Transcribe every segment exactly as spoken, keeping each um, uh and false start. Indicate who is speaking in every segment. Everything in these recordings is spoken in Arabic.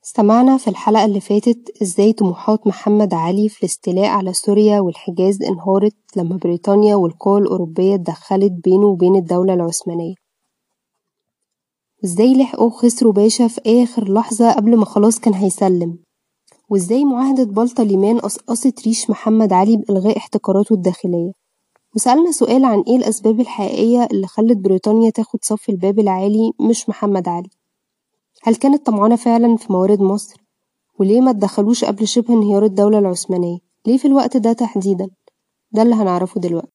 Speaker 1: استمعنا في الحلقة اللي فاتت إزاي طموحات محمد علي في الاستيلاء على سوريا والحجاز انهارت لما بريطانيا والقوى الأوروبية اتدخلت بينه وبين الدولة العثمانية، وإزاي لحقوا خسروا باشا في آخر لحظة قبل ما خلاص كان هيسلم، وإزاي معاهدة بلطة ليمان قصقصت ريش محمد علي بإلغاء احتكاراته الداخلية. وسألنا سؤال عن إيه الأسباب الحقيقية اللي خلت بريطانيا تاخد صف الباب العالي مش محمد علي. هل كانت طمعانة فعلا في موارد مصر؟ وليه ما اتدخلوش قبل شبه انهيار الدولة العثمانية؟ ليه في الوقت ده تحديدا؟ ده اللي هنعرفه دلوقتي.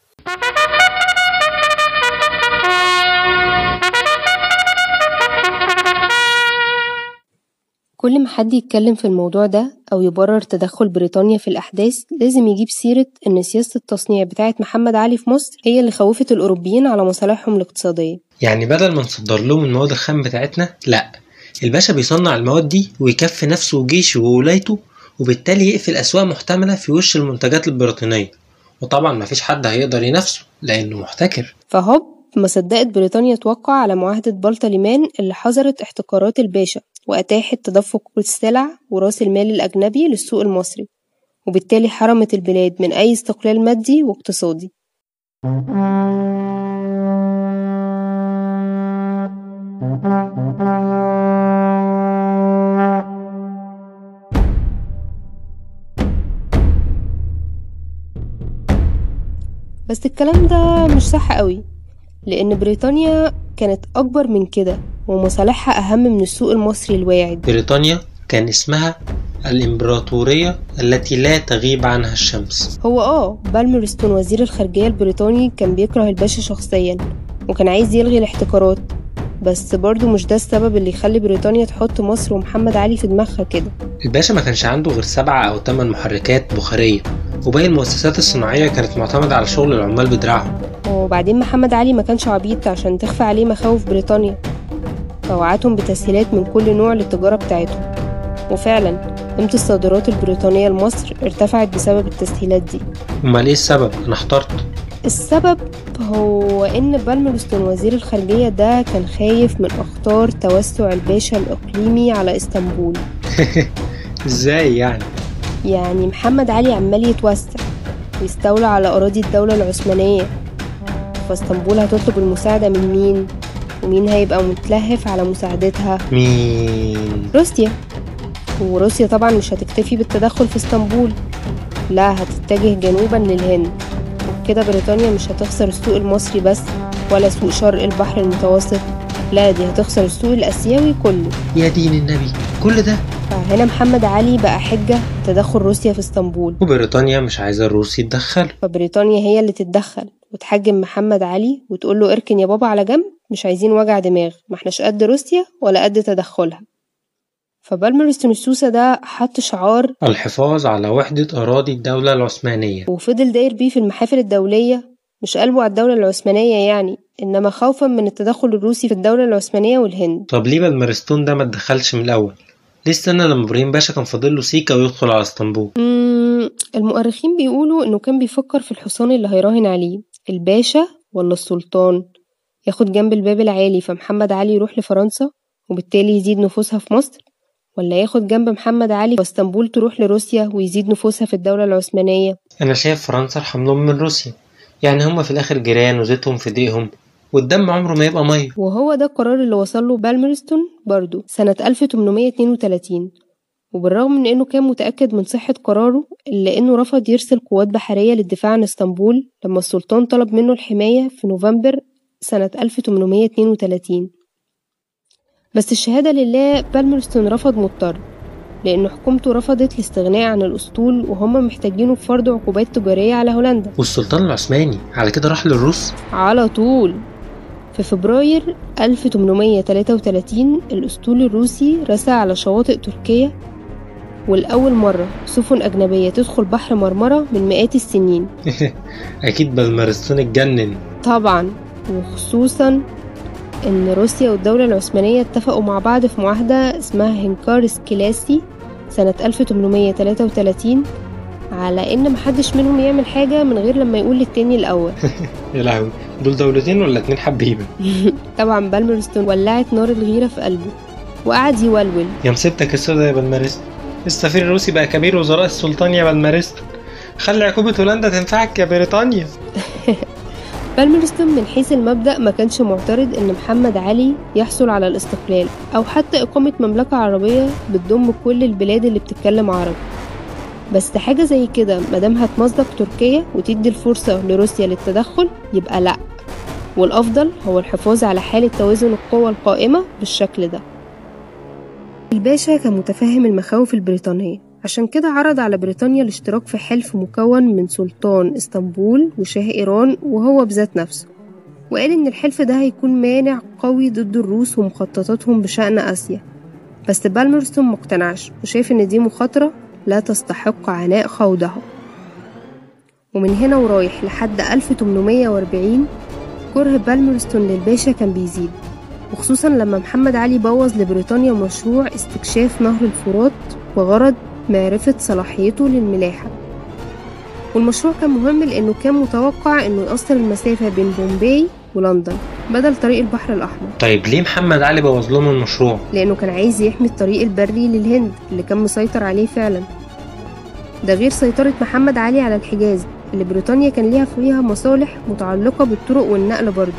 Speaker 1: كل ما حد يتكلم في الموضوع ده أو يبرر تدخل بريطانيا في الأحداث لازم يجيب سيرة إن سياسة التصنيع بتاعة محمد علي في مصر هي اللي خوفت الأوروبيين على مصالحهم الاقتصادية.
Speaker 2: يعني بدل ما نصدر لهم المواد الخام بتاعتنا، لأ، الباشا بيصنع المواد دي ويكفي نفسه وجيشه وولايته، وبالتالي يقفل أسواق محتملة في وش المنتجات البريطانية، وطبعا مفيش حد هيقدر ينافسه لأنه محتكر.
Speaker 1: فهوب ما صدقت بريطانيا توقع على معاهدة بلطة ليمان اللي حظرت احتكارات الباشا وأتاحت تدفق السلع وراس المال الأجنبي للسوق المصري، وبالتالي حرمت البلاد من أي استقلال مادي واقتصادي. بس الكلام ده مش صح قوي، لأن بريطانيا كانت أكبر من كده ومصالحها أهم من السوق المصري الواعد.
Speaker 2: بريطانيا كان اسمها الإمبراطورية التي لا تغيب عنها الشمس.
Speaker 1: هو آه بالمرستون وزير الخارجية البريطاني كان بيكره الباشا شخصيا وكان عايز يلغي الاحتكارات، بس برضو مش ده السبب اللي يخلي بريطانيا تحط مصر ومحمد علي في دماغها كده.
Speaker 2: الباشا ما كانش عنده غير سبعة أو تمن محركات بخارية، وباقي المؤسسات الصناعية كانت معتمدة على شغل العمال بدراعهم.
Speaker 1: وبعدين محمد علي ما كانش عبيط عشان تخفى عليه مخاوف بريطانيا، فوعدهم بتسهيلات من كل نوع للتجارة بتاعتهم، وفعلا قيمة الصادرات البريطانية لمصر ارتفعت بسبب التسهيلات دي.
Speaker 2: امال ايه السبب؟ انا احترت.
Speaker 1: السبب هو ان بالمرستون وزير الخارجية ده كان خايف من اخطار توسع الباشا الاقليمي على اسطنبول.
Speaker 2: ازاي يعني؟
Speaker 1: يعني محمد علي عمال يتوسع ويستولى على اراضي الدولة العثمانية، فاسطنبول هتطلب المساعدة من مين؟ ومين هيبقى متلهف على مساعدتها؟
Speaker 2: مين؟
Speaker 1: روسيا. وروسيا طبعا مش هتكتفي بالتدخل في اسطنبول، لا هتتجه جنوبا للهند، وكده بريطانيا مش هتخسر السوق المصري بس ولا سوق شرق البحر المتوسط، لا دي هتخسر السوق الآسيوي كله.
Speaker 2: يا دين النبي، كل ده؟
Speaker 1: فهنا محمد علي بقى حجة تدخل روسيا في اسطنبول،
Speaker 2: وبريطانيا مش عايزة الروس يتدخل،
Speaker 1: فبريطانيا هي اللي تتدخل وتحجم محمد علي وتقول له اركن يا بابا على جنب، مش عايزين وجع دماغ، ما احناش قد روسيا ولا قد تدخلها. فبالمرستون السوسة ده حط شعار
Speaker 2: الحفاظ على وحدة أراضي الدولة العثمانية،
Speaker 1: وفضل داير بيه في المحافل الدولية، مش قلبه على الدولة العثمانية يعني، إنما خوفا من التدخل الروسي في الدولة العثمانية والهند.
Speaker 2: طب ليه بالمرستون ده ما تدخلش من الأول؟ ليه استنى لما إبراهيم باشا كان فاضل له سيكا ويدخل على اسطنبول؟
Speaker 1: المؤرخين بيقولوا إنه كان بيفكر في الحصان اللي هيراهن عليه، الباشا ولا السلطان، ياخد جنب الباب العالي فمحمد علي يروح لفرنسا وبالتالي يزيد نفوذها في مصر، ولا ياخد جنب محمد علي واسطنبول تروح لروسيا ويزيد نفوذها في الدولة العثمانية.
Speaker 2: أنا شايف فرنسا ارحم لهم من روسيا، يعني هما في الآخر جيران وزيتهم في دقيقهم والدم عمره ما يبقى مية.
Speaker 1: وهو ده القرار اللي وصل له بالمرستون برضو سنة ألف وثمانمائة واثنين وثلاثين، وبالرغم من انه كان متأكد من صحة قراره إلا انه رفض يرسل قوات بحرية للدفاع عن اسطنبول لما السلطان طلب منه الحماية في نوفمبر سنة ألف وثمانمائة واثنين وثلاثين. بس الشهادة لله بالمرستون رفض مضطر، لأن حكومته رفضت الاستغناء عن الأسطول وهم محتاجينه في فرض عقوبات تجارية على هولندا.
Speaker 2: والسلطان العثماني على كده راح للروس
Speaker 1: على طول. في فبراير ألف وثمانمائة وثلاثة وثلاثين الأسطول الروسي رسى على شواطئ تركيا، والأول مرة سفن أجنبية تدخل بحر مرمرة من مئات السنين.
Speaker 2: أكيد بالمرستون اتجنن
Speaker 1: طبعا، وخصوصا إن روسيا والدولة العثمانية اتفقوا مع بعض في معاهدة اسمها هنكار سكيلاسي سنة ألف وثمانمائة وثلاثة وثلاثين على إن محدش منهم يعمل حاجة من غير لما يقول للتاني الأول.
Speaker 2: يا لهوي، دول دولتين ولا اتنين حبيبة؟
Speaker 1: طبعا بالمرستون ولعت نار الغيرة في قلبه وقعد يولول.
Speaker 2: يا مصيبتك السودا يا بالمارستون، السفير الروسي بقى كبير وزراء السلطان يا بالمارستون، خلي عقوبة هولندا تنفعك يا بريطانيا.
Speaker 1: بالميرستون من حيث المبدأ ما كانش معترض إن محمد علي يحصل على الاستقلال أو حتى إقامة مملكة عربية بتضم كل البلاد اللي بتتكلم عربي، بس حاجة زي كده مادام هتمزق تركيا وتدي الفرصة لروسيا للتدخل يبقى لأ، والأفضل هو الحفاظ على حالة توازن القوى القائمة بالشكل ده. الباشا كان متفهم المخاوف البريطانية، عشان كده عرض على بريطانيا الاشتراك في حلف مكون من سلطان اسطنبول وشاه إيران وهو بذات نفسه، وقال إن الحلف ده هيكون مانع قوي ضد الروس ومخططاتهم بشأن آسيا. بس بالميرستون مقتنعش وشايف إن دي مخاطرة لا تستحق عناء خوضها. ومن هنا ورايح لحد ألف وتمنمية وأربعين كره بالميرستون للباشا كان بيزيد، وخصوصا لما محمد علي بوظ لبريطانيا مشروع استكشاف نهر الفرات بغرض معرفة صلاحيته للملاحة. والمشروع كان مهم لأنه كان متوقع أنه يقصر المسافة بين بومباي ولندن بدل طريق البحر الأحمر.
Speaker 2: طيب ليه محمد علي بوظ لهم المشروع؟
Speaker 1: لأنه كان عايز يحمي الطريق البري للهند اللي كان مسيطر عليه فعلا، ده غير سيطرة محمد علي على الحجاز اللي بريطانيا كان ليها فيها مصالح متعلقة بالطرق والنقل برضو.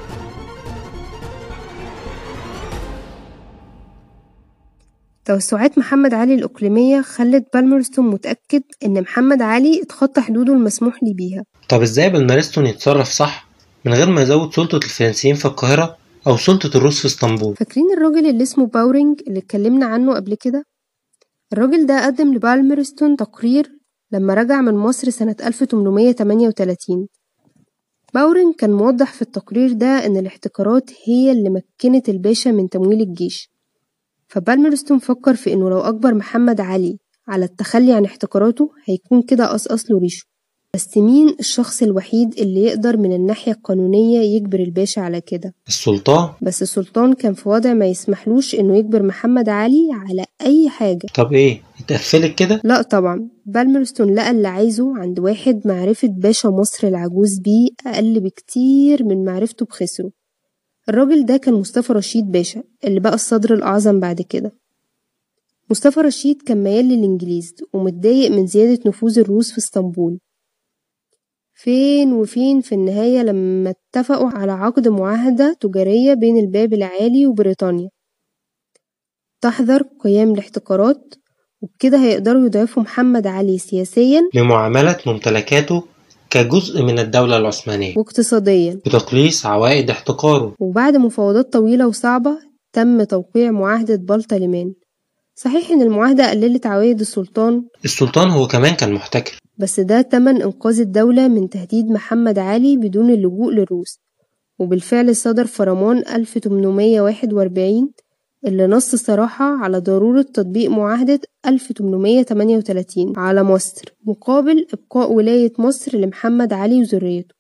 Speaker 1: توسعات محمد علي الإقليمية خلت بالميرستون متأكد إن محمد علي اتخطى حدوده المسموح لي بيها.
Speaker 2: طب ازاي بالمارستون يتصرف صح من غير ما يزود سلطة الفرنسيين في القاهرة أو سلطة الروس في اسطنبول؟
Speaker 1: فاكرين الراجل اللي اسمه باورينج اللي اتكلمنا عنه قبل كده؟ الراجل ده قدم لبالميرستون تقرير لما رجع من مصر سنة ألف وتمنمية وتمانية وتلاتين. باورينج كان موضح في التقرير ده إن الاحتكارات هي اللي مكنت الباشا من تمويل الجيش، فبالميرستون فكر في إنه لو أجبر محمد علي على التخلي عن احتكاراته هيكون كده قصقص له ريشه. بس مين الشخص الوحيد اللي يقدر من الناحية القانونية يجبر الباشا على كده؟
Speaker 2: السلطان.
Speaker 1: بس السلطان كان في وضع ما يسمحلوش إنه يجبر محمد علي على أي حاجة.
Speaker 2: طب إيه؟ اتقفلت كده؟
Speaker 1: لا طبعا، بالميرستون لقى اللي عايزه عند واحد معرفة باشا مصر العجوز بيه أقل بكتير من معرفته بخسره. الراجل ده كان مصطفى رشيد باشا اللي بقى الصدر الأعظم بعد كده. مصطفى رشيد كان ميال للإنجليز ومتضايق من زيادة نفوذ الروس في اسطنبول. فين وفين في النهاية لما اتفقوا على عقد معاهدة تجارية بين الباب العالي وبريطانيا تحظر قيام الاحتكارات، وبكده هيقدروا يضعفوا محمد علي سياسيا
Speaker 2: لمعاملة ممتلكاته كجزء من الدولة العثمانية
Speaker 1: واقتصاديا
Speaker 2: بتقليص عوائد احتكاره.
Speaker 1: وبعد مفاوضات طويلة وصعبة تم توقيع معاهدة بلطة لمان. صحيح ان المعاهدة قللت عوائد السلطان
Speaker 2: السلطان هو كمان كان محتكر،
Speaker 1: بس ده تمن انقاذ الدولة من تهديد محمد علي بدون اللجوء للروس. وبالفعل صدر فرمان ألف وتمنمية وواحد وأربعين اللي نص صراحة على ضرورة تطبيق معاهدة ألف وتمنمية وتمانية وتلاتين على مصر مقابل إبقاء ولاية مصر لمحمد علي وذريته.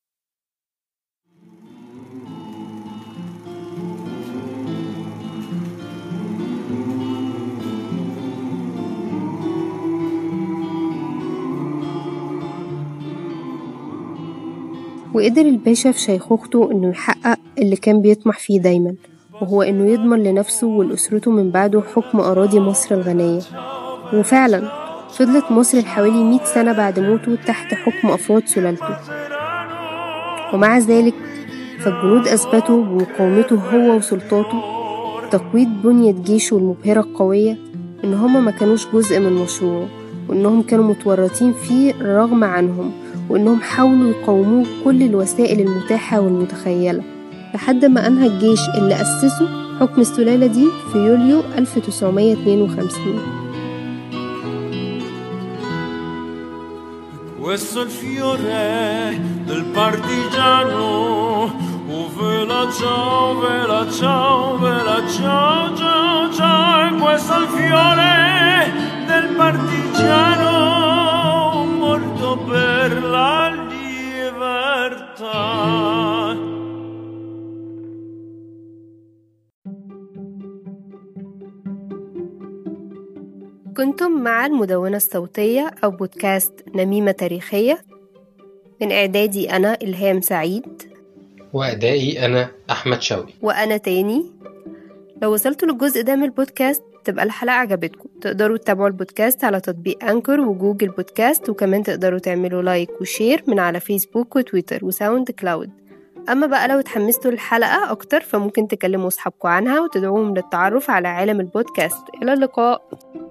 Speaker 1: وقدر الباشا في شيخوخته إنه يحقق اللي كان بيطمح فيه دايما، وهو إنه يضمن لنفسه ولأسرته من بعده حكم أراضي مصر الغنية. وفعلا فضلت مصر حوالي مئة سنة بعد موته تحت حكم أفراد سلالته، ومع ذلك فالجنود أثبتوا بمقاومته هو وسلطاته تقويض بنية جيشه المبهرة القوية إن هما ما كانوش جزء من مشروعه، وإنهم كانوا متورطين فيه رغم عنهم، وإنهم حاولوا يقاوموه كل الوسائل المتاحة والمتخيلة لحد ما أنهى الجيش اللي أسسه حكم السلالة دي في يوليو ألف وتسعمية واتنين وخمسين.
Speaker 3: Questo è il fiore del partigiano, oh vela ciao, vela ciao, vela ciao, ciao, ciao. Questo è il fiore del partigiano, morto per la libertà.
Speaker 1: كنتم مع المدونة الصوتية أو بودكاست نميمة تاريخية، من إعدادي أنا إلهام سعيد،
Speaker 2: وأدائي أنا أحمد شوقي،
Speaker 1: وأنا تاني. لو وصلتوا للجزء ده من البودكاست تبقى الحلقة عجبتكم. تقدروا تتابعوا البودكاست على تطبيق أنكر وجوجل بودكاست، وكمان تقدروا تعملوا لايك وشير من على فيسبوك وتويتر وساوند كلاود. أما بقى لو اتحمستوا للحلقة أكتر فممكن تكلموا أصحابكم عنها وتدعوهم للتعرف على عالم البودكاست. إلى اللقاء.